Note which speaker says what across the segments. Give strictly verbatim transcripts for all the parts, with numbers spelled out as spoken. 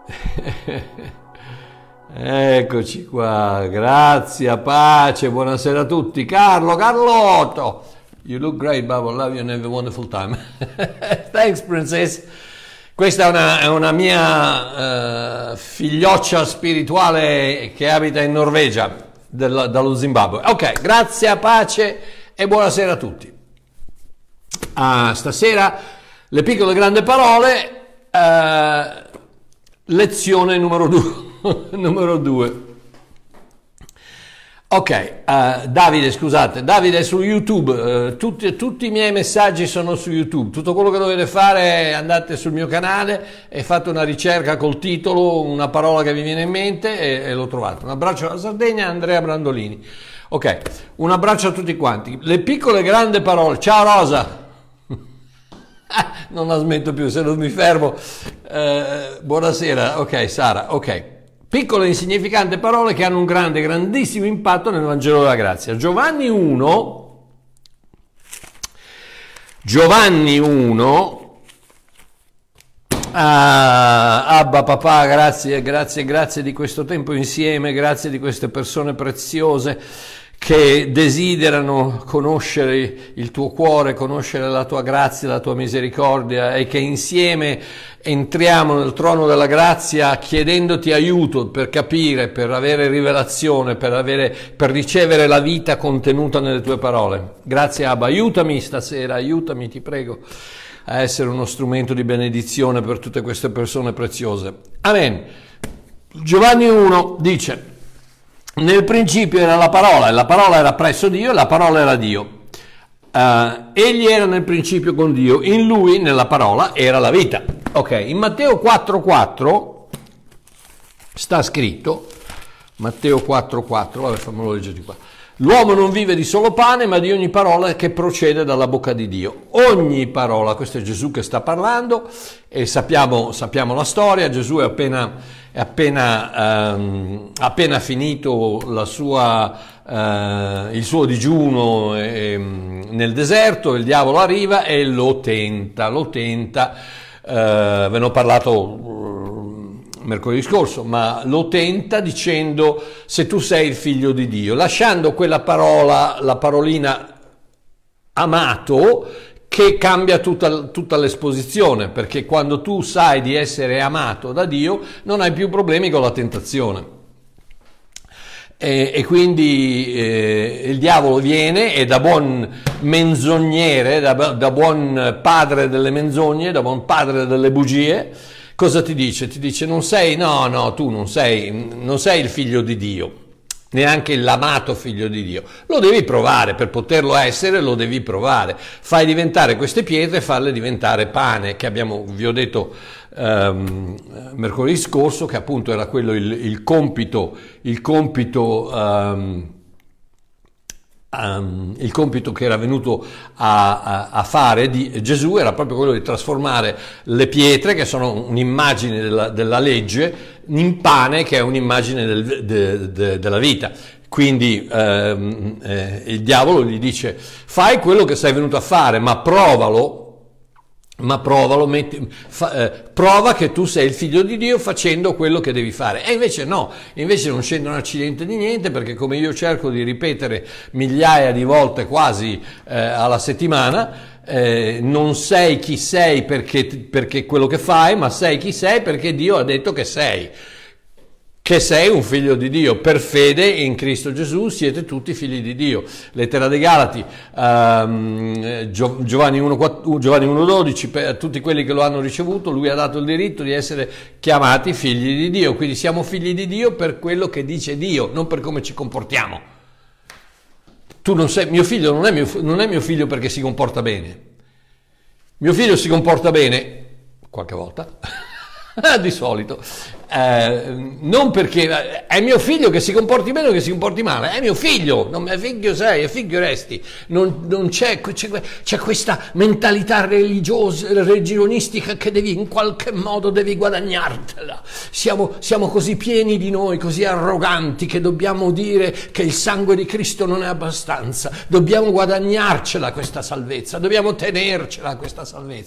Speaker 1: Eccoci qua, grazie, pace, buonasera a tutti. Carlo, Carlotto, you look great, Baba, love you and have a wonderful time. Thanks, princess. Questa è una, è una mia uh, figlioccia spirituale che abita in Norvegia, del, dallo Zimbabwe. Ok, grazie, pace e buonasera a tutti. Uh, stasera le piccole grandi parole, uh, lezione numero due. numero due. Ok, uh, Davide, scusate, Davide è su YouTube, uh, tutti, tutti i miei messaggi sono su YouTube, tutto quello che dovete fare è andate sul mio canale e fate una ricerca col titolo, una parola che vi viene in mente e, e lo trovate. Un abbraccio alla Sardegna, Andrea Brandolini. Ok, un abbraccio a tutti quanti. Le piccole grandi parole, ciao Rosa! Non la smetto più, se non mi fermo. Uh, buonasera, ok, Sara, ok. Piccole e insignificanti parole che hanno un grande, grandissimo impatto nel Vangelo della Grazia. Giovanni uno, Giovanni uno, ah, Abba papà, grazie, grazie, grazie di questo tempo insieme, grazie di queste persone preziose che desiderano conoscere il tuo cuore, conoscere la tua grazia, la tua misericordia e che insieme entriamo nel trono della grazia chiedendoti aiuto per capire, per avere rivelazione, per, avere, per ricevere la vita contenuta nelle tue parole. Grazie Abba, aiutami stasera, aiutami, ti prego, a essere uno strumento di benedizione per tutte queste persone preziose. Amen. Giovanni uno dice: nel principio era la parola, e la parola era presso Dio, e la parola era Dio. Uh, egli era nel principio con Dio, in lui, nella parola, era la vita. Ok, in Matteo quattro quattro sta scritto, Matteo quattro quattro, vabbè, fammelo leggere qua. L'uomo non vive di solo pane, ma di ogni parola che procede dalla bocca di Dio. Ogni parola, questo è Gesù che sta parlando, e sappiamo, sappiamo la storia. Gesù è appena, è appena, ehm, appena finito la sua, eh, il suo digiuno eh, nel deserto, il diavolo arriva e lo tenta, lo tenta, eh, ve ne ho parlato mercoledì scorso, ma lo tenta dicendo: se tu sei il figlio di Dio, lasciando quella parola, la parolina amato, che cambia tutta, tutta l'esposizione, perché quando tu sai di essere amato da Dio non hai più problemi con la tentazione. E, e quindi eh, il diavolo viene e da buon menzognere, da, da buon padre delle menzogne, da buon padre delle bugie, cosa ti dice? Ti dice: non sei, no, no, tu non sei, non sei il figlio di Dio, neanche l'amato figlio di Dio. Lo devi provare, per poterlo essere lo devi provare. Fai diventare queste pietre e farle diventare pane, che abbiamo, vi ho detto um, mercoledì scorso, che appunto era quello il, il compito, il compito um, Um, il compito che era venuto a, a, a fare di Gesù era proprio quello di trasformare le pietre, che sono un'immagine della, della legge, in pane, che è un'immagine del, de, de, della vita. Quindi ehm, eh, il diavolo gli dice: fai quello che sei venuto a fare, ma provalo, ma provalo, metti, fa, eh, prova che tu sei il figlio di Dio facendo quello che devi fare. E invece no, invece non c'entra un accidente di niente, perché come io cerco di ripetere migliaia di volte quasi eh, alla settimana, eh, non sei chi sei perché, perché quello che fai, ma sei chi sei perché Dio ha detto che sei. Che sei un figlio di Dio, per fede in Cristo Gesù siete tutti figli di Dio. Lettera dei Galati, um, Giovanni uno dodici, per tutti quelli che lo hanno ricevuto, lui ha dato il diritto di essere chiamati figli di Dio. Quindi siamo figli di Dio per quello che dice Dio, non per come ci comportiamo. Tu non sei, mio figlio non è mio, non è mio figlio perché si comporta bene. Mio figlio si comporta bene, qualche volta, di solito, eh, non perché è mio figlio che si comporti bene o che si comporti male, è mio figlio, non è figlio sei, è figlio resti, non, non c'è, c'è, c'è questa mentalità religiosa, religionistica che devi in qualche modo devi guadagnartela. Siamo, siamo così pieni di noi, così arroganti, che dobbiamo dire che il sangue di Cristo non è abbastanza, dobbiamo guadagnarcela questa salvezza, dobbiamo tenercela questa salvezza.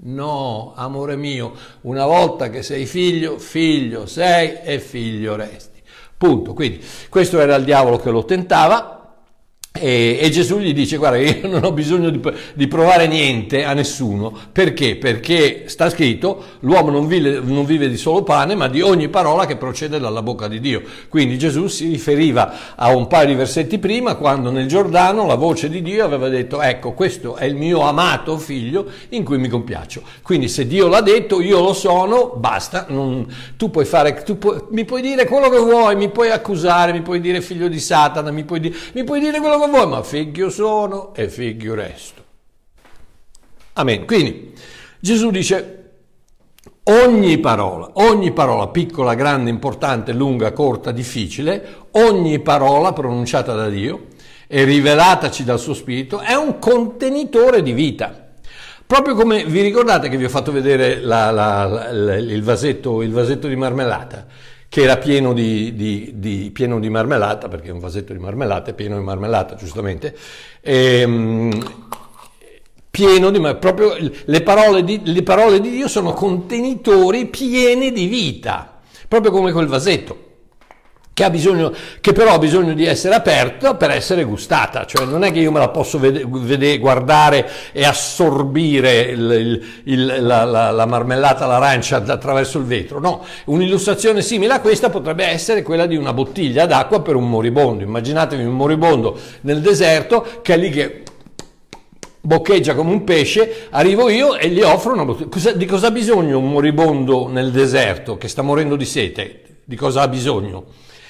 Speaker 1: No, amore mio, una volta che sei figlio, figlio sei e figlio resti. Punto. Quindi questo era il diavolo che lo tentava. E, e Gesù gli dice: guarda, io non ho bisogno di, di provare niente a nessuno. Perché? Perché sta scritto: l'uomo non vive, non vive di solo pane, ma di ogni parola che procede dalla bocca di Dio. Quindi Gesù si riferiva a un paio di versetti prima, quando nel Giordano la voce di Dio aveva detto: ecco, questo è il mio amato figlio in cui mi compiaccio. Quindi se Dio l'ha detto, io lo sono, basta. Non, tu puoi fare, tu puoi, mi puoi dire quello che vuoi, mi puoi accusare, mi puoi dire figlio di Satana, mi puoi, di, mi puoi dire quello che vuoi, ma figlio sono e figlio resto. Amen. Quindi Gesù dice: ogni parola, ogni parola, piccola, grande, importante, lunga, corta, difficile, ogni parola pronunciata da Dio e rivelataci dal suo Spirito è un contenitore di vita. Proprio come vi ricordate che vi ho fatto vedere la, la, la, il, vasetto, il vasetto di marmellata, che era pieno di, di, di, pieno di marmellata, perché un vasetto di marmellata è pieno di marmellata, giustamente, e, pieno di, proprio le parole di, le parole di Dio sono contenitori pieni di vita, proprio come quel vasetto, che ha bisogno, che però ha bisogno di essere aperta per essere gustata. Cioè non è che io me la posso vedere, vedere guardare e assorbire il, il, il, la, la, la marmellata, l'arancia attraverso il vetro. No, un'illustrazione simile a questa potrebbe essere quella di una bottiglia d'acqua per un moribondo. Immaginatevi un moribondo nel deserto che è lì che boccheggia come un pesce, arrivo io e gli offro una bottiglia. Cosa, di cosa ha bisogno un moribondo nel deserto che sta morendo di sete? Di cosa ha bisogno?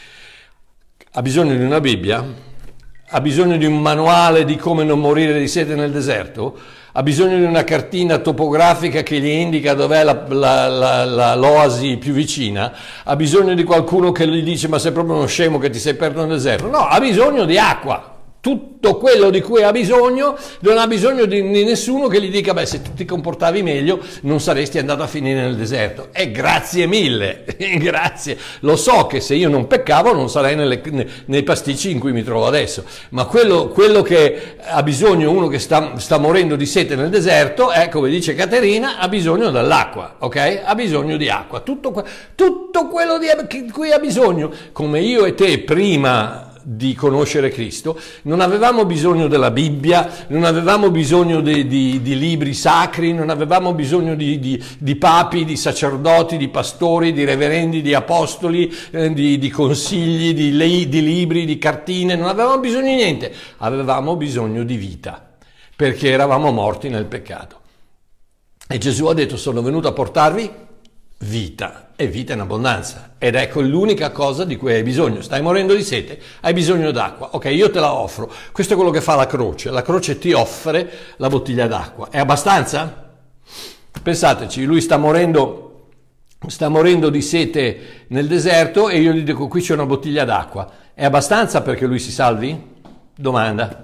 Speaker 1: Ha bisogno di una Bibbia? Ha bisogno di un manuale di come non morire di sete nel deserto? Ha bisogno di una cartina topografica che gli indica dov'è la, la, la, la, l'oasi più vicina? Ha bisogno di qualcuno che gli dice: ma sei proprio uno scemo che ti sei perso nel deserto? No, ha bisogno di acqua. Tutto quello di cui ha bisogno, non ha bisogno di, di nessuno che gli dica: beh, se tu ti comportavi meglio non saresti andato a finire nel deserto. E grazie mille, grazie. Lo so che se io non peccavo non sarei nelle, nei pasticci in cui mi trovo adesso, ma quello, quello che ha bisogno uno che sta, sta morendo di sete nel deserto è, come dice Caterina, ha bisogno dell'acqua, ok? Ha bisogno di acqua. Tutto, tutto quello di cui ha bisogno, come io e te prima di conoscere Cristo, non avevamo bisogno della Bibbia, non avevamo bisogno di, di, di libri sacri, non avevamo bisogno di, di, di papi, di sacerdoti, di pastori, di reverendi, di apostoli, eh, di, di consigli, di, le, di libri, di cartine, non avevamo bisogno di niente, avevamo bisogno di vita, perché eravamo morti nel peccato. E Gesù ha detto: sono venuto a portarvi vita, e vita in abbondanza, ed ecco l'unica cosa di cui hai bisogno. Stai morendo di sete, hai bisogno d'acqua, ok, io te la offro. Questo è quello che fa la croce. La croce ti offre la bottiglia d'acqua. È abbastanza? Pensateci, lui sta morendo sta morendo di sete nel deserto e io gli dico: qui c'è una bottiglia d'acqua. È abbastanza perché lui si salvi? Domanda.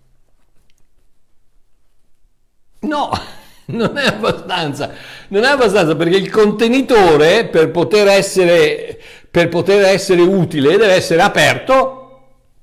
Speaker 1: No, non è abbastanza, non è abbastanza, perché il contenitore, per poter essere, per poter essere utile, deve essere aperto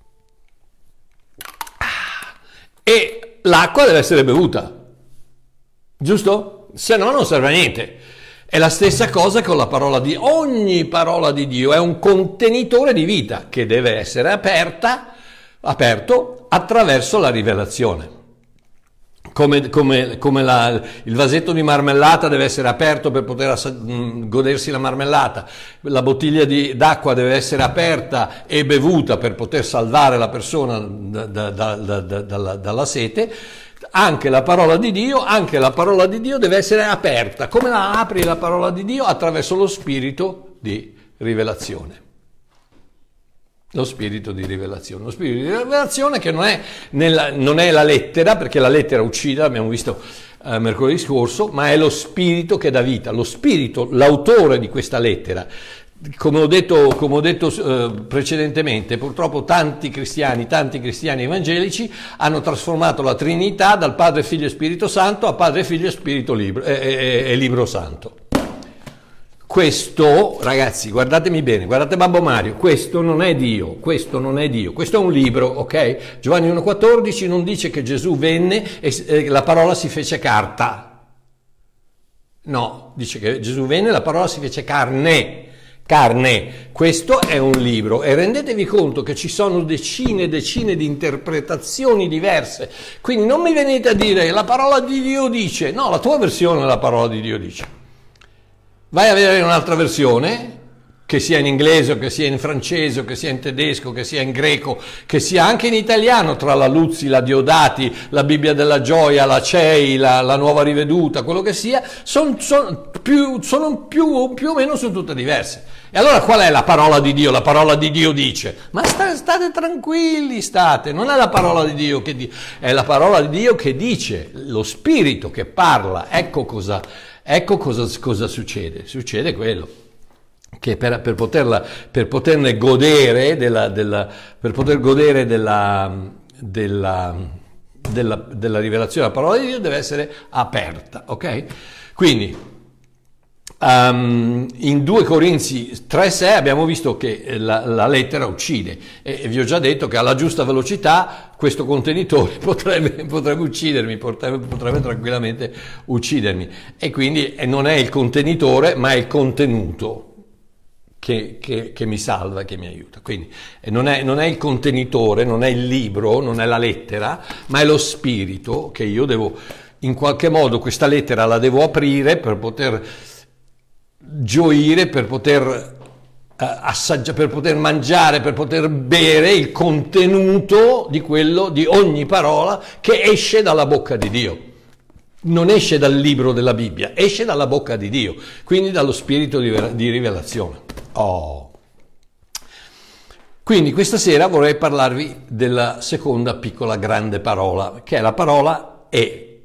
Speaker 1: e l'acqua deve essere bevuta, giusto? Se no non serve a niente. È la stessa cosa con la parola di Dio. Ogni parola di Dio è un contenitore di vita che deve essere aperta, aperto attraverso la rivelazione. Come, come, come la, il vasetto di marmellata deve essere aperto per poter ass- godersi la marmellata, la bottiglia di, d'acqua deve essere aperta e bevuta per poter salvare la persona da, da, da, da, da, dalla, dalla sete. Anche la parola di Dio, anche la parola di Dio deve essere aperta. Come la apri la parola di Dio? Attraverso lo spirito di rivelazione. Lo spirito di rivelazione, lo spirito di rivelazione che non è, nella, non è la lettera, perché la lettera uccide, l'abbiamo visto eh, mercoledì scorso, ma è lo spirito che dà vita, lo spirito, l'autore di questa lettera. Come ho detto, come ho detto eh, precedentemente, purtroppo tanti cristiani, tanti cristiani evangelici hanno trasformato la Trinità dal Padre, Figlio e Spirito Santo a Padre, Figlio e Spirito Libro, e, e, e Libro Santo. Questo, ragazzi, guardatemi bene, guardate Babbo Mario, questo non è Dio, questo non è Dio, questo è un libro, ok? Giovanni uno quattordici non dice che Gesù venne e eh, la parola si fece carta. No, dice che Gesù venne, la parola si fece carne. Carne, questo è un libro e rendetevi conto che ci sono decine e decine di interpretazioni diverse, quindi non mi venite a dire la parola di Dio dice, no, la tua versione è la parola di Dio dice. Vai a vedere un'altra versione, che sia in inglese, o che sia in francese, o che sia in tedesco, che sia in greco, che sia anche in italiano, tra la Luzzi, la Diodati, la Bibbia della Gioia, la C E I, la, la Nuova Riveduta, quello che sia, son, son più, sono più, più o meno sono tutte diverse. E allora qual è la parola di Dio? La parola di Dio dice, ma sta, state tranquilli, state, non è la parola di Dio che dice, è la parola di Dio che dice, lo Spirito che parla, ecco cosa, ecco cosa, cosa succede, succede quello. Che per, per, poterla, per poterne godere della, della, per poter godere della, della, della, della rivelazione della parola di Dio deve essere aperta, ok? Quindi um, in due Corinzi tre sei abbiamo visto che la, la lettera uccide e, e vi ho già detto che alla giusta velocità questo contenitore potrebbe, potrebbe uccidermi, potrebbe, potrebbe tranquillamente uccidermi e quindi e non è il contenitore ma è il contenuto Che, che, che mi salva, che mi aiuta. Quindi non è, non è il contenitore, non è il libro, non è la lettera, ma è lo spirito che io devo, in qualche modo questa lettera la devo aprire per poter gioire, per poter uh, assaggiare, per poter mangiare, per poter bere il contenuto di quello, di ogni parola che esce dalla bocca di Dio. Non esce dal libro della Bibbia, esce dalla bocca di Dio, quindi dallo spirito di, di rivelazione. Oh. Quindi questa sera vorrei parlarvi della seconda piccola grande parola, che è la parola E.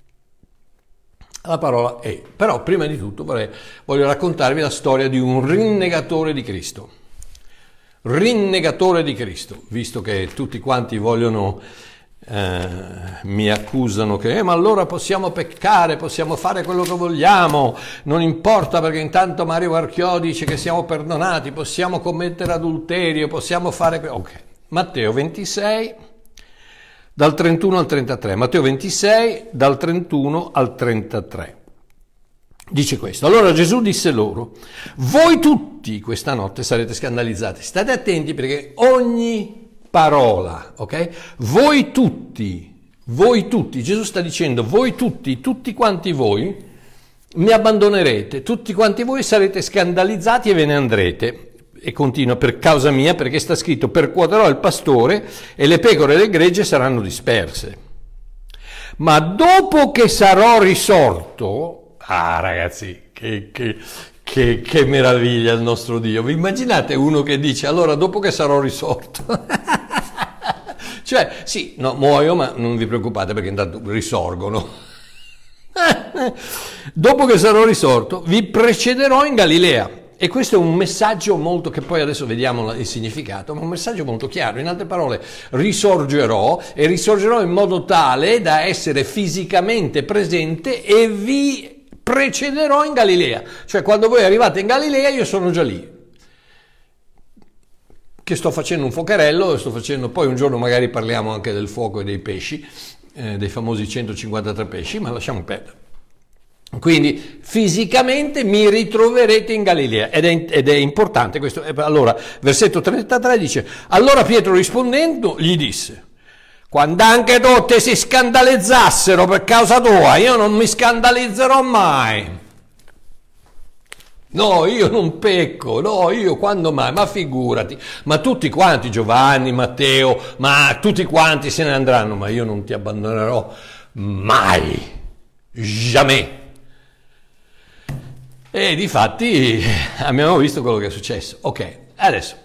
Speaker 1: La parola E. Però prima di tutto vorrei, voglio raccontarvi la storia di un rinnegatore di Cristo. Rinnegatore di Cristo, visto che tutti quanti vogliono... Eh, mi accusano che eh, ma allora possiamo peccare, possiamo fare quello che vogliamo, non importa perché intanto Mario Varchiò dice che siamo perdonati, possiamo commettere adulterio, possiamo fare... Ok, Matteo ventisei dal trentuno al trentatré, Matteo ventisei dal trentuno al trentatré. Dice questo, allora Gesù disse loro, voi tutti questa notte sarete scandalizzati, state attenti perché ogni parola, ok? Voi tutti, voi tutti, Gesù sta dicendo, voi tutti, tutti quanti voi mi abbandonerete, tutti quanti voi sarete scandalizzati e ve ne andrete. E continua, per causa mia, perché sta scritto, percuoterò il pastore e le pecore del gregge saranno disperse. Ma dopo che sarò risorto, ah ragazzi, che... che Che, che meraviglia il nostro Dio. Vi immaginate uno che dice allora dopo che sarò risorto? Cioè sì, no, muoio ma non vi preoccupate perché intanto risorgono. Dopo che sarò risorto vi precederò in Galilea. E questo è un messaggio molto, che poi adesso vediamo il significato, ma un messaggio molto chiaro. In altre parole, risorgerò e risorgerò in modo tale da essere fisicamente presente e vi precederò in Galilea, cioè quando voi arrivate in Galilea io sono già lì, che sto facendo un fuocherello, sto facendo, poi un giorno magari parliamo anche del fuoco e dei pesci, eh, dei famosi centocinquantatré pesci, ma lasciamo perdere. Quindi fisicamente mi ritroverete in Galilea ed è, ed è importante questo. Allora, versetto trentatré dice, allora Pietro rispondendo gli disse, quando anche tutti si scandalizzassero per causa tua, io non mi scandalizzerò mai. No, io non pecco, no, io quando mai? Ma figurati, ma tutti quanti, Giovanni, Matteo, ma tutti quanti se ne andranno, ma io non ti abbandonerò mai, jamais. E difatti abbiamo visto quello che è successo. Ok, adesso.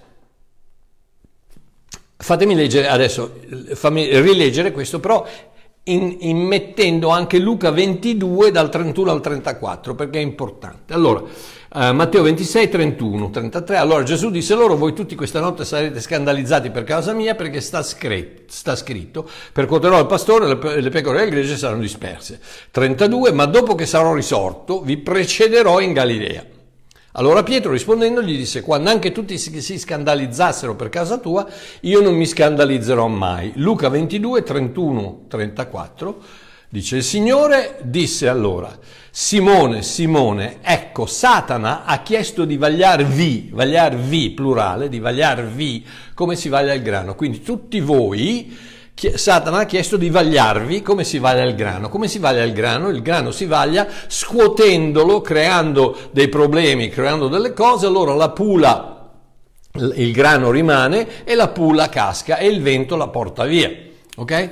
Speaker 1: Fatemi leggere adesso, fammi rileggere questo, però in, in mettendo anche Luca ventidue dal trentuno al trentaquattro, perché è importante. Allora, eh, Matteo ventisei, trentuno, trentatré, allora Gesù disse loro, voi tutti questa notte sarete scandalizzati per causa mia, perché sta scritto, sta scritto percuoterò il pastore e le, le pecore del gregge saranno disperse. trentadue, ma dopo che sarò risorto, vi precederò in Galilea. Allora Pietro rispondendo gli disse, quando anche tutti si scandalizzassero per causa tua, io non mi scandalizzerò mai. Luca ventidue, trentuno, trentaquattro Dice: il Signore disse allora: Simone, Simone, ecco, Satana ha chiesto di vagliarvi, vagliarvi, plurale, di vagliarvi come si vaglia il grano. Quindi tutti voi, Satana ha chiesto di vagliarvi come si vaglia il grano. Come si vaglia il grano? Il grano si vaglia scuotendolo, creando dei problemi, creando delle cose, allora la pula, il grano rimane e la pula casca e il vento la porta via, ok?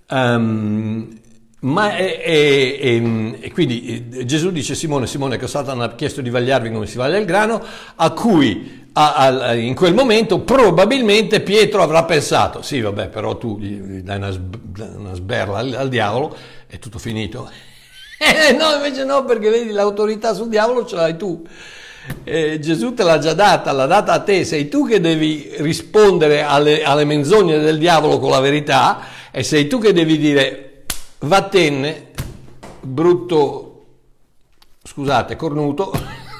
Speaker 1: Um, ma e, e, e quindi Gesù dice: Simone, Simone, che Satana ha chiesto di vagliarvi come si vaglia il grano, a cui a, a, in quel momento probabilmente Pietro avrà pensato: sì, vabbè, però tu gli dai una, una sberla al, al diavolo, è tutto finito. Eh, no, invece no, perché vedi, l'autorità sul diavolo ce l'hai tu. Eh, Gesù te l'ha già data, l'ha data a te, sei tu che devi rispondere alle, alle menzogne del diavolo con la verità, e sei tu che devi dire: vattene, brutto, scusate, cornuto,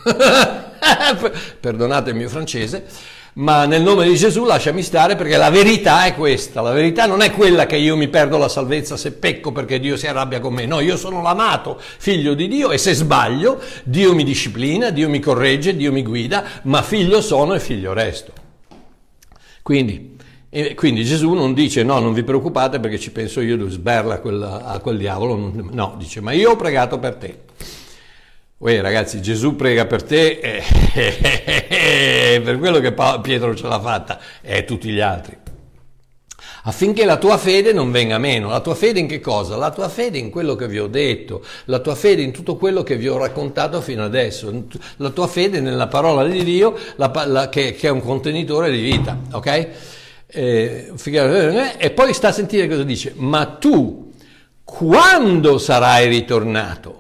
Speaker 1: perdonate il mio francese, ma nel nome di Gesù lasciami stare, perché la verità è questa. La verità non è quella che io mi perdo la salvezza se pecco perché Dio si arrabbia con me. No, io sono l'amato figlio di Dio, e se sbaglio Dio mi disciplina, Dio mi corregge, Dio mi guida, ma figlio sono e figlio resto. Quindi, e quindi Gesù non dice: no, non vi preoccupate perché ci penso io, sberla a quel, a quel diavolo. No, dice: ma io ho pregato per te. Uè, ragazzi, Gesù prega per te, e eh, eh, per quello che Pietro ce l'ha fatta, e tutti gli altri, affinché la tua fede non venga meno. La tua fede in che cosa? La tua fede in quello che vi ho detto, la tua fede in tutto quello che vi ho raccontato fino adesso, la tua fede nella parola di Dio, la, la, che, che è un contenitore di vita, ok? Eh, e poi sta a sentire cosa dice: ma tu quando sarai ritornato?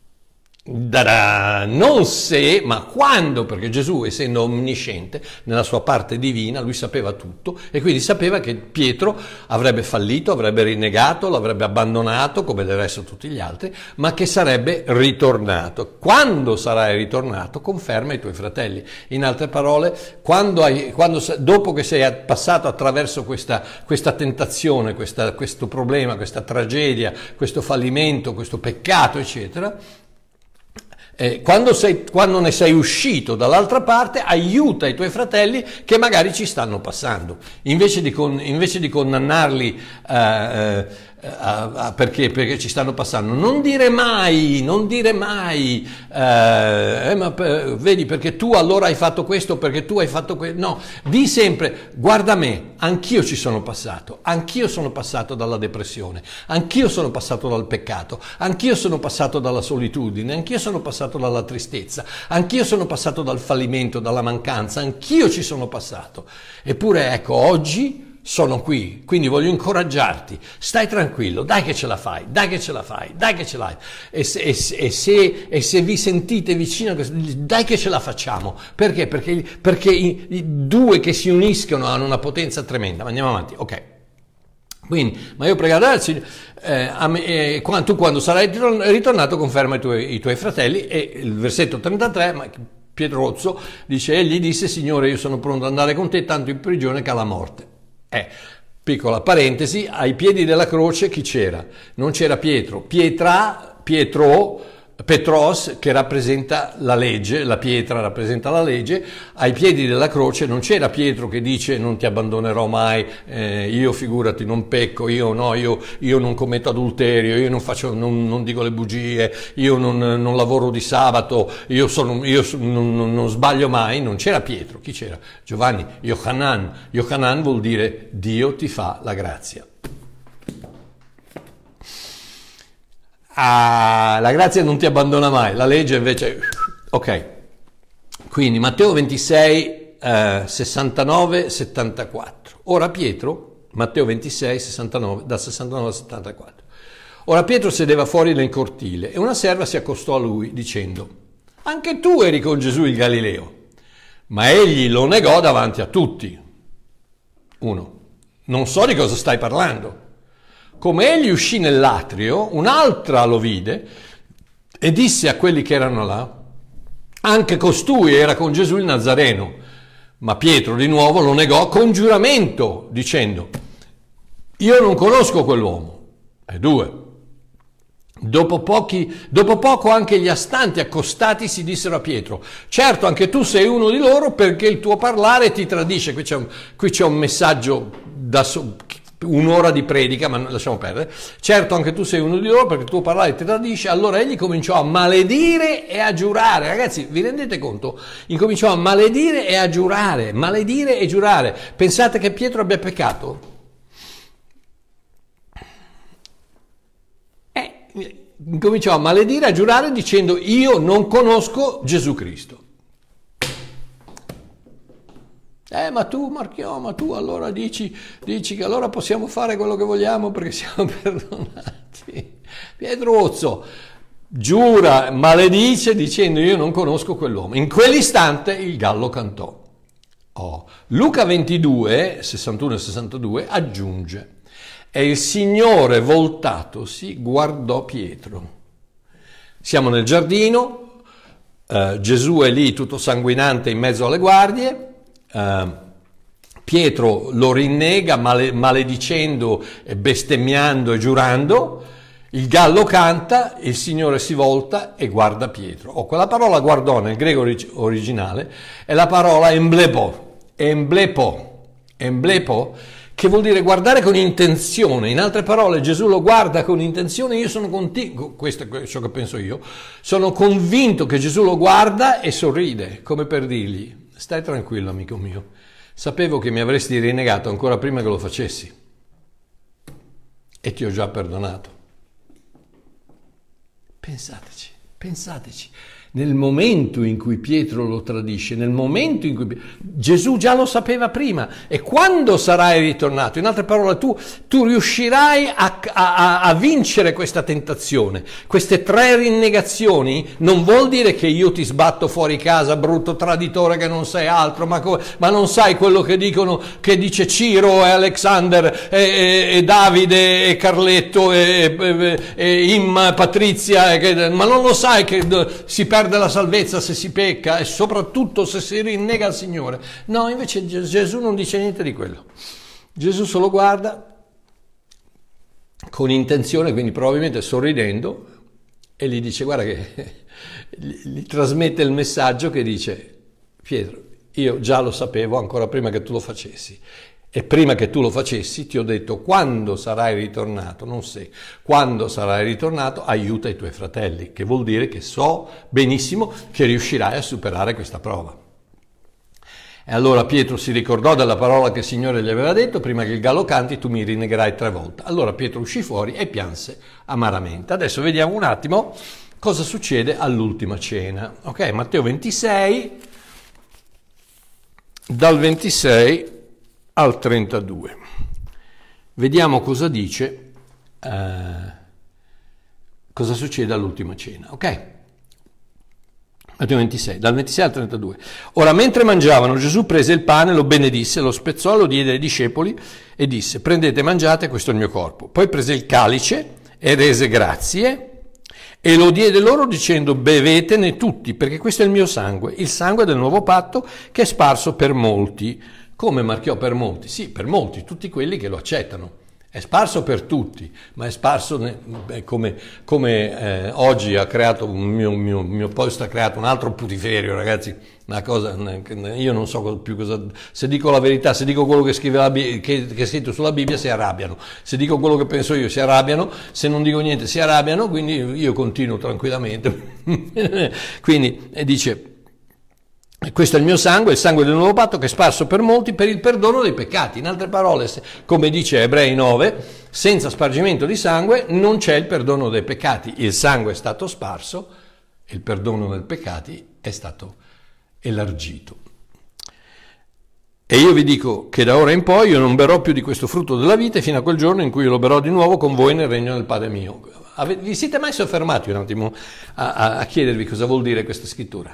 Speaker 1: Da, non se, ma quando, perché Gesù, essendo omnisciente nella sua parte divina, lui sapeva tutto, e quindi sapeva che Pietro avrebbe fallito, avrebbe rinnegato, l'avrebbe abbandonato come del resto tutti gli altri, ma che sarebbe ritornato. Quando sarai ritornato, conferma i tuoi fratelli. In altre parole, quando hai, quando, dopo che sei passato attraverso questa, questa tentazione, questa, questo problema, questa tragedia, questo fallimento, questo peccato, eccetera, Eh, quando, sei, quando ne sei uscito dall'altra parte, aiuta i tuoi fratelli che magari ci stanno passando, invece di, con, invece di condannarli eh, eh, a, a, perché, perché ci stanno passando. Non dire mai, non dire mai, eh, eh, ma per, vedi, perché tu allora hai fatto questo, perché tu hai fatto questo. No, di sempre: guarda me, anch'io ci sono passato, anch'io sono passato dalla depressione, anch'io sono passato dal peccato, anch'io sono passato dalla solitudine, anch'io sono passato dalla tristezza, anch'io sono passato dal fallimento, dalla mancanza, anch'io ci sono passato. Eppure ecco, oggi sono qui, quindi voglio incoraggiarti: stai tranquillo, dai che ce la fai, dai che ce la fai, dai che ce l'hai. E se, e se, e se, e se vi sentite vicino, dai che ce la facciamo. Perché? Perché, perché i, i due che si uniscono hanno una potenza tremenda. Ma andiamo avanti, ok. Quindi, ma io pregherò al Signore, eh, eh, quando, tu quando sarai ritornato conferma i tuoi, i tuoi fratelli. E il versetto trentatré, ma Pietrozzo dice: egli disse: Signore, io sono pronto ad andare con te tanto in prigione che alla morte. Eh, piccola parentesi, ai piedi della croce chi c'era? Non c'era Pietro, Pietra, Pietro, Petros, che rappresenta la legge, la pietra rappresenta la legge. Ai piedi della croce non c'era Pietro che dice: non ti abbandonerò mai, eh, io figurati non pecco, io no, io, io non commetto adulterio, io non, faccio, non, non dico le bugie, io non, non lavoro di sabato, io, sono, io non, non, non sbaglio mai. Non c'era Pietro. Chi c'era? Giovanni, Yohanan. Yohanan vuol dire Dio ti fa la grazia. Ah, la grazia non ti abbandona mai, la legge invece. Ok, quindi Matteo ventisei, eh, sessantanove settantaquattro. Ora Pietro, Matteo ventisei, sessantanove, da sessantanove a settantaquattro. Ora Pietro sedeva fuori nel cortile e una serva si accostò a lui dicendo: anche tu eri con Gesù il Galileo. Ma egli lo negò davanti a tutti. Uno, non so di cosa stai parlando. Come egli uscì nell'atrio, un'altra lo vide e disse a quelli che erano là: anche costui era con Gesù il Nazareno. Ma Pietro di nuovo lo negò con giuramento, dicendo: io non conosco quell'uomo. E due, Dopo, pochi, dopo poco anche gli astanti accostati si dissero a Pietro: certo, anche tu sei uno di loro, perché il tuo parlare ti tradisce. Qui c'è un, qui c'è un messaggio da so, un'ora di predica, ma lasciamo perdere. Certo, anche tu sei uno di loro, perché il tuo parlare ti tradisce. Allora egli cominciò a maledire e a giurare. Ragazzi, vi rendete conto? Incominciò a maledire e a giurare, maledire e giurare. Pensate che Pietro abbia peccato? Cominciò a maledire, a giurare dicendo: io non conosco Gesù Cristo. Eh, ma tu, Marchiò, ma tu allora dici, dici che allora possiamo fare quello che vogliamo perché siamo perdonati. Pietruozzo giura, maledice dicendo: io non conosco quell'uomo. In quell'istante il gallo cantò. Oh. Luca ventidue, sessantuno e sessantadue aggiunge: e il Signore voltatosi guardò Pietro. Siamo nel giardino, eh, Gesù è lì tutto sanguinante in mezzo alle guardie, eh, Pietro lo rinnega male, maledicendo, e bestemmiando e giurando, il gallo canta, il Signore si volta e guarda Pietro. Oh, quella parola guardò nel greco originale è la parola emblepo, emblepo, emblepo, che vuol dire guardare con intenzione. In altre parole, Gesù lo guarda con intenzione. Io sono convinto, questo è ciò che penso io, sono convinto che Gesù lo guarda e sorride, come per dirgli: stai tranquillo, amico mio, sapevo che mi avresti rinnegato ancora prima che lo facessi e ti ho già perdonato. Pensateci, pensateci. Nel momento in cui Pietro lo tradisce, nel momento in cui Gesù già lo sapeva prima, e quando sarai ritornato, in altre parole, tu, tu riuscirai a, a, a vincere questa tentazione. Queste tre rinnegazioni non vuol dire che io ti sbatto fuori casa, brutto traditore che non sei altro, ma, ma non sai quello che dicono, che dice Ciro e Alexander e, e, e Davide e Carletto e, e, e Imma, Patrizia, e che, ma non lo sai che si perde la salvezza se si pecca e soprattutto se si rinnega al Signore. No, invece Gesù non dice niente di quello. Gesù solo guarda con intenzione, quindi probabilmente sorridendo, e gli dice: guarda che gli trasmette il messaggio che dice: Pietro, io già lo sapevo ancora prima che tu lo facessi. E prima che tu lo facessi ti ho detto: quando sarai ritornato, non se, quando sarai ritornato aiuta i tuoi fratelli, che vuol dire che so benissimo che riuscirai a superare questa prova. E allora Pietro si ricordò della parola che il Signore gli aveva detto: prima che il gallo canti tu mi rinnegherai tre volte. Allora Pietro uscì fuori e pianse amaramente. Adesso vediamo un attimo cosa succede all'ultima cena. Ok, Matteo ventisei, dal ventisei al trentadue. Vediamo cosa dice, eh, cosa succede all'ultima cena, ok? Matteo ventisei, dal ventisei al trentadue. Ora, mentre mangiavano, Gesù prese il pane, lo benedisse, lo spezzò, lo diede ai discepoli e disse: prendete e mangiate, questo è il mio corpo. Poi prese il calice e rese grazie e lo diede loro dicendo: bevetene tutti, perché questo è il mio sangue, il sangue del nuovo patto che è sparso per molti. Come, Marchiò, per molti? Sì, per molti, tutti quelli che lo accettano. È sparso per tutti, ma è sparso eh, come, come eh, oggi ha creato un mio, mio, mio post, ha creato un altro putiferio, ragazzi. Una cosa, io non so più cosa. Se dico la verità, se dico quello che scrive la, che, che è scritto sulla Bibbia, si arrabbiano. Se dico quello che penso io, si arrabbiano. Se non dico niente, si arrabbiano. Quindi io continuo tranquillamente. Quindi eh, dice: questo è il mio sangue, il sangue del nuovo patto che è sparso per molti per il perdono dei peccati. In altre parole, come dice Ebrei nove, senza spargimento di sangue non c'è il perdono dei peccati. Il sangue è stato sparso, il perdono dei peccati è stato elargito. E io vi dico che da ora in poi io non berrò più di questo frutto della vite fino a quel giorno in cui io lo berrò di nuovo con voi nel regno del Padre mio. Vi siete mai soffermati un attimo a, a, a chiedervi cosa vuol dire questa scrittura?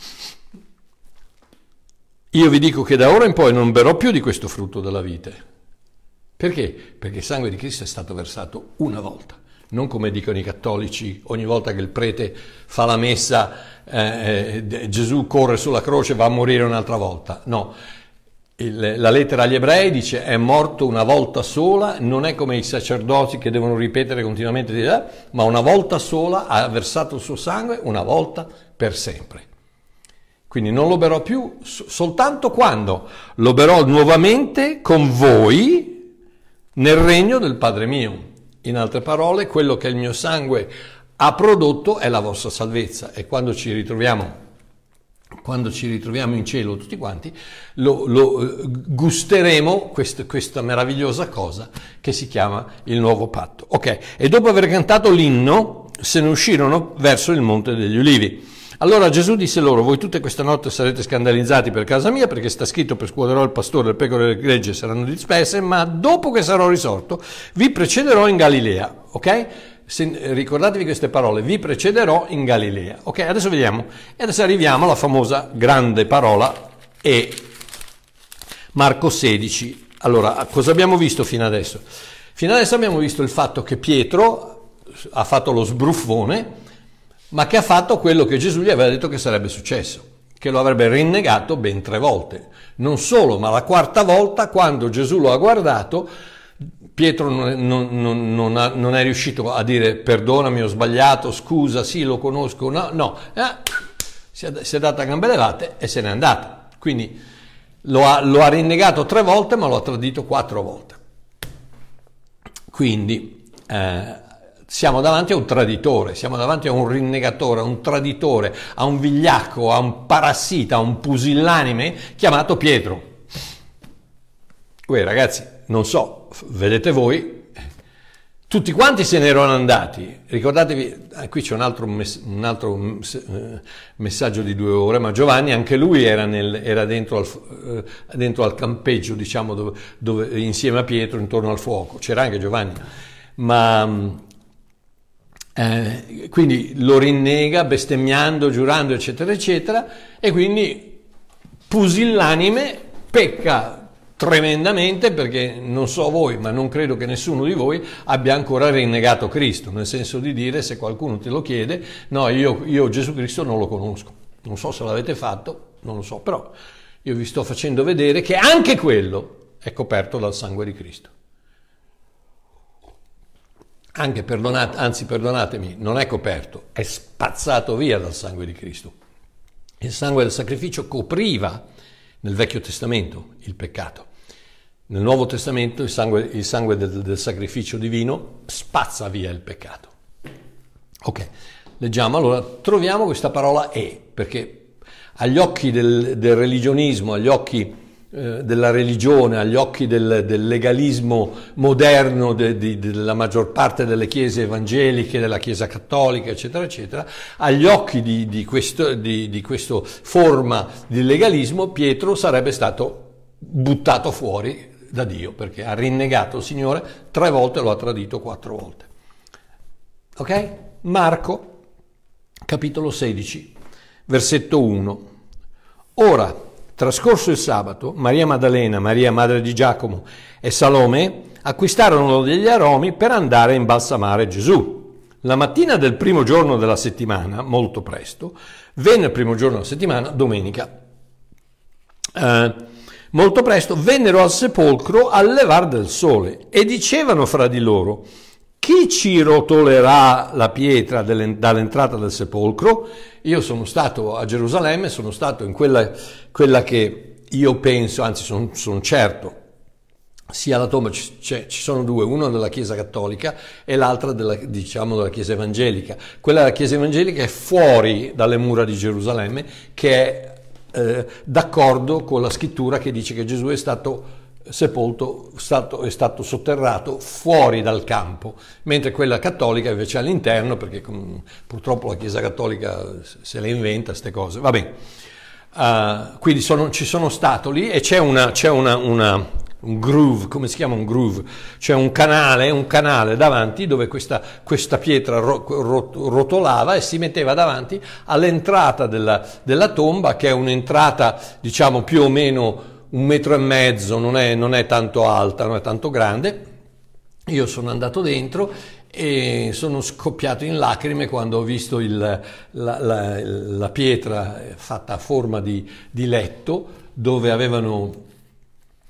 Speaker 1: Io vi dico che da ora in poi non berrò più di questo frutto della vite. Perché? Perché il sangue di Cristo è stato versato una volta. Non come dicono i cattolici, ogni volta che il prete fa la messa, eh, eh, Gesù corre sulla croce e va a morire un'altra volta. No, Il, la lettera agli ebrei dice è morto una volta sola, non è come i sacerdoti che devono ripetere continuamente, eh, ma una volta sola ha versato il suo sangue, una volta per sempre. Quindi non lo berò più, soltanto quando lo berò nuovamente con voi nel regno del Padre mio. In altre parole, quello che il mio sangue ha prodotto è la vostra salvezza, e quando ci ritroviamo quando ci ritroviamo in cielo tutti quanti, lo, lo gusteremo quest, questa meravigliosa cosa che si chiama il nuovo patto. Ok, e dopo aver cantato l'inno, se ne uscirono verso il Monte degli Ulivi. Allora Gesù disse loro: voi tutte questa notte sarete scandalizzati per casa mia, perché sta scritto: perscuoterò il pastore, le pecore e le gregge saranno disperse, ma dopo che sarò risorto vi precederò in Galilea. Ok? Se, ricordatevi queste parole: vi precederò in Galilea. Ok, adesso vediamo. E adesso arriviamo alla famosa grande parola E. Marco sedici. Allora, cosa abbiamo visto fino adesso? Fino adesso abbiamo visto il fatto che Pietro ha fatto lo sbruffone, ma che ha fatto quello che Gesù gli aveva detto che sarebbe successo, che lo avrebbe rinnegato ben tre volte. Non solo, ma la quarta volta, quando Gesù lo ha guardato, Pietro non, non, non, ha, non è riuscito a dire perdonami, ho sbagliato, scusa, sì, lo conosco, no, no, eh, si, è, si è data a gambe levate e se n'è andato. Quindi lo ha, lo ha rinnegato tre volte, ma lo ha tradito quattro volte. Quindi eh, siamo davanti a un traditore, siamo davanti a un rinnegatore, a un traditore, a un vigliacco, a un parassita, a un pusillanime chiamato Pietro. Uè, ragazzi, non so, vedete voi, tutti quanti se ne erano andati. Ricordatevi, eh, qui c'è un altro, mess- un altro eh, messaggio di due ore, ma Giovanni anche lui era, nel, era dentro, al, eh, dentro al campeggio, diciamo, dove, dove, insieme a Pietro, intorno al fuoco. C'era anche Giovanni, ma eh, quindi lo rinnega bestemmiando, giurando, eccetera, eccetera, e quindi pusillanime, pecca tremendamente, perché non so voi, ma non credo che nessuno di voi abbia ancora rinnegato Cristo, nel senso di dire, se qualcuno te lo chiede, no, io, io Gesù Cristo non lo conosco. Non so se l'avete fatto, non lo so, però io vi sto facendo vedere che anche quello è coperto dal sangue di Cristo. Anche perdonate, anzi perdonatemi, non è coperto, è spazzato via dal sangue di Cristo. Il sangue del sacrificio copriva nel Vecchio Testamento il peccato. Nel Nuovo Testamento il sangue, il sangue del, del sacrificio divino spazza via il peccato. Ok, leggiamo. Allora, troviamo questa parola E, perché agli occhi del, del religionismo, agli occhi eh, della religione, agli occhi del, del legalismo moderno de, de, della maggior parte delle chiese evangeliche, della Chiesa cattolica, eccetera, eccetera, agli occhi di, di, questo, di, di questa forma di legalismo, Pietro sarebbe stato buttato fuori da Dio, perché ha rinnegato il Signore tre volte, lo ha tradito quattro volte. Ok? Marco, capitolo sedici, versetto uno. Ora, trascorso il sabato, Maria Maddalena, Maria madre di Giacomo e Salome acquistarono degli aromi per andare a imbalsamare Gesù. La mattina del primo giorno della settimana, molto presto, venne il primo giorno della settimana, domenica, eh, molto presto vennero al sepolcro al levar del sole e dicevano fra di loro: chi ci rotolerà la pietra dall'entrata del sepolcro? Io sono stato a Gerusalemme, sono stato in quella, quella che io penso, anzi sono, sono certo, sia la tomba, cioè, ci sono due, una della Chiesa cattolica e l'altra della, diciamo, della Chiesa evangelica. Quella della Chiesa evangelica è fuori dalle mura di Gerusalemme, che è eh, d'accordo con la scrittura che dice che Gesù è stato sepolto, stato, è stato sotterrato fuori dal campo, mentre quella cattolica invece all'interno, perché com, purtroppo la Chiesa cattolica se le inventa ste cose. Va bene, uh, quindi sono, ci sono stato lì e c'è una, c'è una, una un groove, come si chiama un groove? C'è un canale, un canale davanti dove questa, questa pietra ro, ro, rotolava e si metteva davanti all'entrata della, della tomba, che è un'entrata diciamo più o meno un metro e mezzo, non è, non è tanto alta, non è tanto grande. Io sono andato dentro e sono scoppiato in lacrime quando ho visto il, la, la, la pietra fatta a forma di, di letto, dove avevano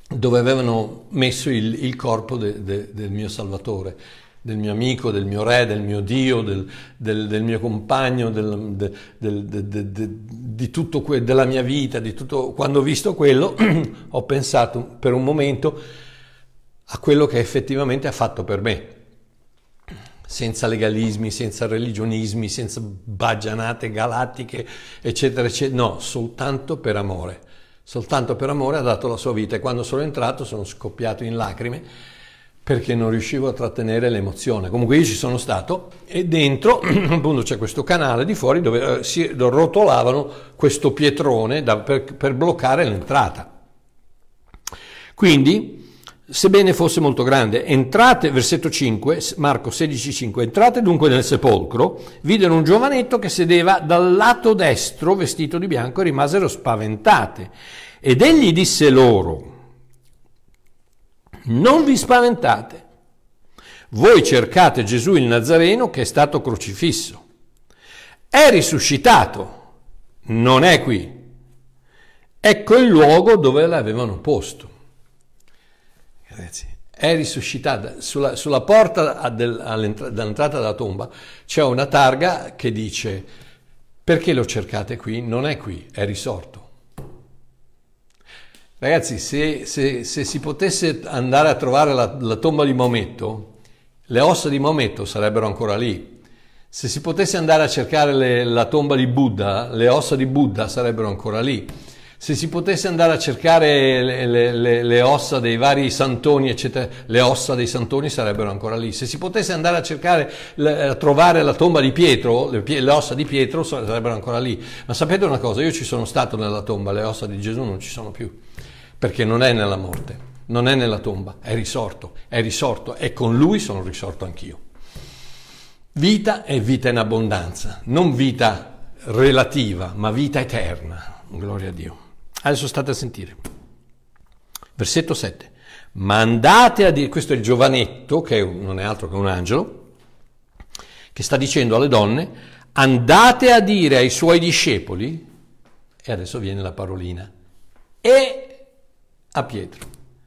Speaker 1: dove avevano messo il, il corpo de, de, del mio Salvatore, del mio amico, del mio re, del mio Dio, del, del, del mio compagno, del, del, del, del, del, di tutto que- della mia vita, di tutto. Quando ho visto quello ho pensato per un momento a quello che effettivamente ha fatto per me, senza legalismi, senza religionismi, senza baggianate galattiche, eccetera, eccetera, no, soltanto per amore, soltanto per amore ha dato la sua vita, e quando sono entrato sono scoppiato in lacrime, perché non riuscivo a trattenere l'emozione. Comunque io ci sono stato, e dentro appunto c'è questo canale di fuori dove si rotolavano questo pietrone da, per, per bloccare l'entrata. Quindi, sebbene fosse molto grande, entrate, versetto cinque, Marco sedici cinque, entrate dunque nel sepolcro, videro un giovanetto che sedeva dal lato destro vestito di bianco, e rimasero spaventate. Ed egli disse loro: non vi spaventate, voi cercate Gesù il Nazareno che è stato crocifisso. È risuscitato, non è qui. Ecco il luogo dove l'avevano posto. Ragazzi, è risuscitata. Sulla, sulla porta del, all'entrata della tomba c'è una targa che dice: perché lo cercate qui? Non è qui, è risorto. Ragazzi, se, se, se si potesse andare a trovare la, la tomba di Maometto, le ossa di Maometto sarebbero ancora lì. Se si potesse andare a cercare le, la tomba di Buddha, le ossa di Buddha sarebbero ancora lì. Se si potesse andare a cercare le, le, le, le ossa dei vari santoni, eccetera, le ossa dei santoni sarebbero ancora lì. Se si potesse andare a cercare, a trovare la tomba di Pietro, le, le ossa di Pietro sarebbero ancora lì. Ma sapete una cosa? Io ci sono stato nella tomba, le ossa di Gesù non ci sono più, perché non è nella morte, non è nella tomba, è risorto, è risorto, e con lui sono risorto anch'io. Vita è vita in abbondanza, non vita relativa, ma vita eterna. Gloria a Dio. Adesso state a sentire. Versetto sette. Ma andate a dire, questo è il giovanetto, che non è altro che un angelo, che sta dicendo alle donne: andate a dire ai suoi discepoli, e adesso viene la parolina, e a Pietro.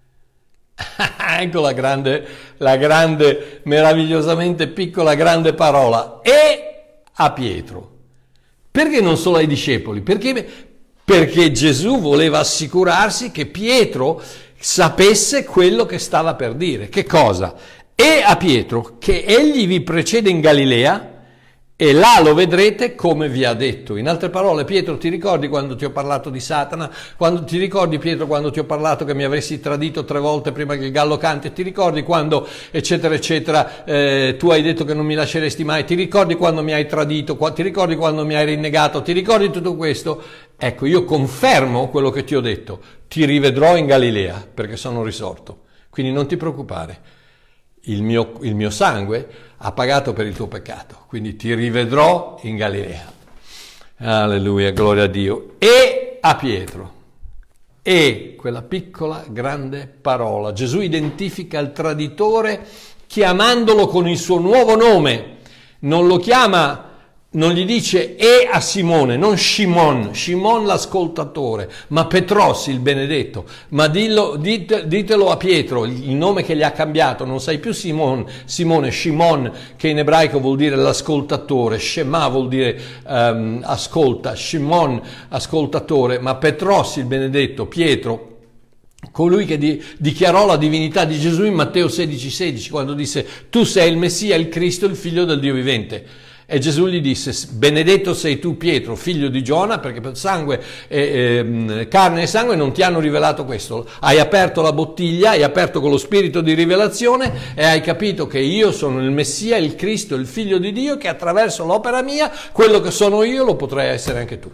Speaker 1: Ecco la grande, la grande, meravigliosamente piccola, grande parola, e a Pietro. Perché non solo ai discepoli? Perché Perché Gesù voleva assicurarsi che Pietro sapesse quello che stava per dire. Che cosa? E a Pietro, che egli vi precede in Galilea, e là lo vedrete come vi ha detto. In altre parole, Pietro, ti ricordi quando ti ho parlato di Satana? Quando, ti ricordi, Pietro, quando ti ho parlato che mi avresti tradito tre volte prima che il gallo canti? Ti ricordi quando, eccetera, eccetera, eh, tu hai detto che non mi lasceresti mai? Ti ricordi quando mi hai tradito? Ti ricordi quando mi hai rinnegato? Ti ricordi tutto questo? Ecco, io confermo quello che ti ho detto. Ti rivedrò in Galilea, perché sono risorto. Quindi non ti preoccupare. Il mio, il mio sangue ha pagato per il tuo peccato, quindi ti rivedrò in Galilea. Alleluia, gloria a Dio. E a Pietro. E quella piccola grande parola. Gesù identifica il traditore chiamandolo con il suo nuovo nome. Non lo chiama, non gli dice e a Simone, non Shimon, Shimon l'ascoltatore, ma Petros il benedetto. Ma dillo, dite, ditelo a Pietro, il nome che gli ha cambiato, non sei più Simon, Simone, Shimon, che in ebraico vuol dire l'ascoltatore, Shema vuol dire um, ascolta, Shimon ascoltatore, ma Petros il benedetto, Pietro, colui che di, dichiarò la divinità di Gesù in Matteo sedici sedici, quando disse: tu sei il Messia, il Cristo, il figlio del Dio vivente. E Gesù gli disse: benedetto sei tu Pietro, figlio di Giona, perché per sangue, eh, eh, carne e sangue non ti hanno rivelato questo. Hai aperto la bottiglia, hai aperto con lo spirito di rivelazione e hai capito che io sono il Messia, il Cristo, il figlio di Dio, che attraverso l'opera mia, quello che sono io lo potrai essere anche tu.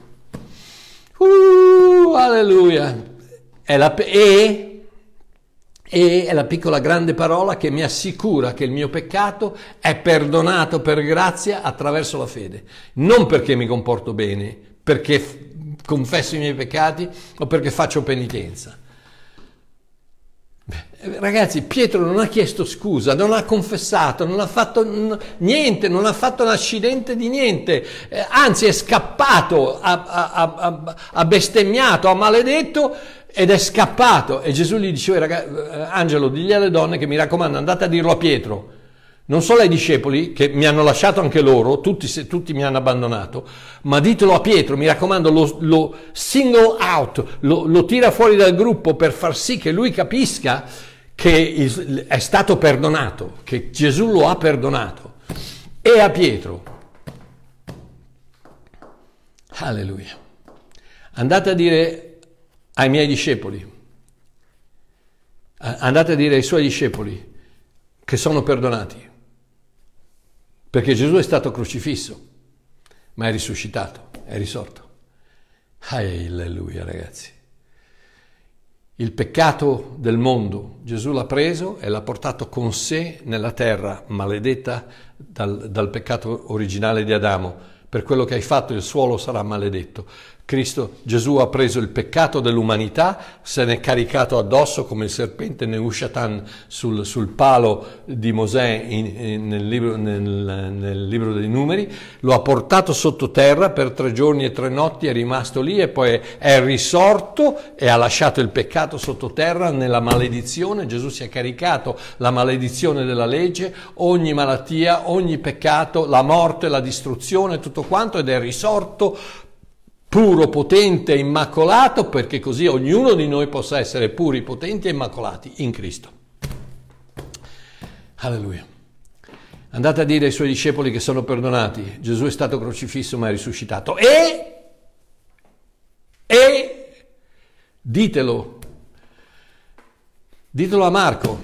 Speaker 1: Uh, alleluia. È la, e... E è la piccola grande parola che mi assicura che il mio peccato è perdonato per grazia attraverso la fede. Non perché mi comporto bene, perché f- confesso i miei peccati o perché faccio penitenza. Ragazzi, Pietro non ha chiesto scusa, non ha confessato, non ha fatto n- niente, non ha fatto un accidente di niente, eh, anzi è scappato, ha, ha, ha, ha bestemmiato, ha maledetto ed è scappato. E Gesù gli diceva, ragazzi, Angelo, digli alle donne che mi raccomando, andate a dirlo a Pietro, non solo ai discepoli, che mi hanno lasciato anche loro, tutti, se, tutti mi hanno abbandonato, ma ditelo a Pietro, mi raccomando, lo, lo single out, lo, lo tira fuori dal gruppo per far sì che lui capisca che il, è stato perdonato, che Gesù lo ha perdonato. E a Pietro, alleluia, andate a dire ai miei discepoli, andate a dire ai suoi discepoli che sono perdonati. Perché Gesù è stato crocifisso, ma è risuscitato, è risorto. Alleluia, ragazzi. Il peccato del mondo Gesù l'ha preso e l'ha portato con sé nella terra maledetta dal, dal peccato originale di Adamo. Per quello che hai fatto il suolo sarà maledetto. Cristo, Gesù ha preso il peccato dell'umanità, se ne è caricato addosso come il serpente Neushatan sul, sul palo di Mosè in, in, nel, libro, nel, nel libro dei Numeri, lo ha portato sottoterra per tre giorni e tre notti, è rimasto lì e poi è risorto e ha lasciato il peccato sottoterra nella maledizione. Gesù si è caricato la maledizione della legge, ogni malattia, ogni peccato, la morte, la distruzione, tutto quanto, ed è risorto puro, potente e immacolato, perché così ognuno di noi possa essere puri, potenti e immacolati in Cristo. Alleluia. Andate a dire ai suoi discepoli che sono perdonati. Gesù è stato crocifisso ma è risuscitato. E, e ditelo, ditelo a Marco.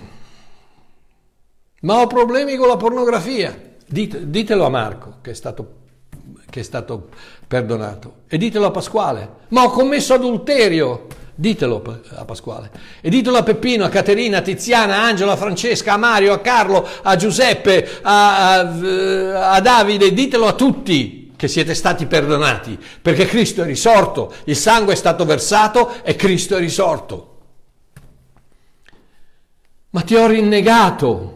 Speaker 1: Ma ho problemi con la pornografia. Dite, ditelo a Marco che è stato che è stato perdonato, e ditelo a Pasquale. Ma ho commesso adulterio, ditelo a Pasquale, e ditelo a Peppino, a Caterina, a Tiziana, a Angelo, a Francesca, a Mario, a Carlo, a Giuseppe, a, a, a Davide, ditelo a tutti che siete stati perdonati, perché Cristo è risorto, il sangue è stato versato e Cristo è risorto. Ma ti ho rinnegato.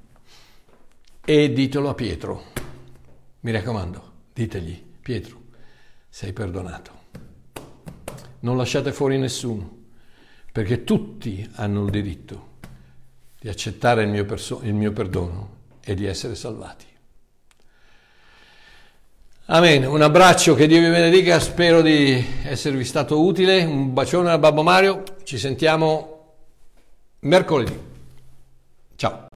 Speaker 1: E ditelo a Pietro, mi raccomando. Ditegli, Pietro, sei perdonato. Non lasciate fuori nessuno, perché tutti hanno il diritto di accettare il mio, perso- il mio perdono e di essere salvati. Amen. Un abbraccio, che Dio vi benedica, spero di esservi stato utile. Un bacione a Babbo Mario, ci sentiamo mercoledì. Ciao.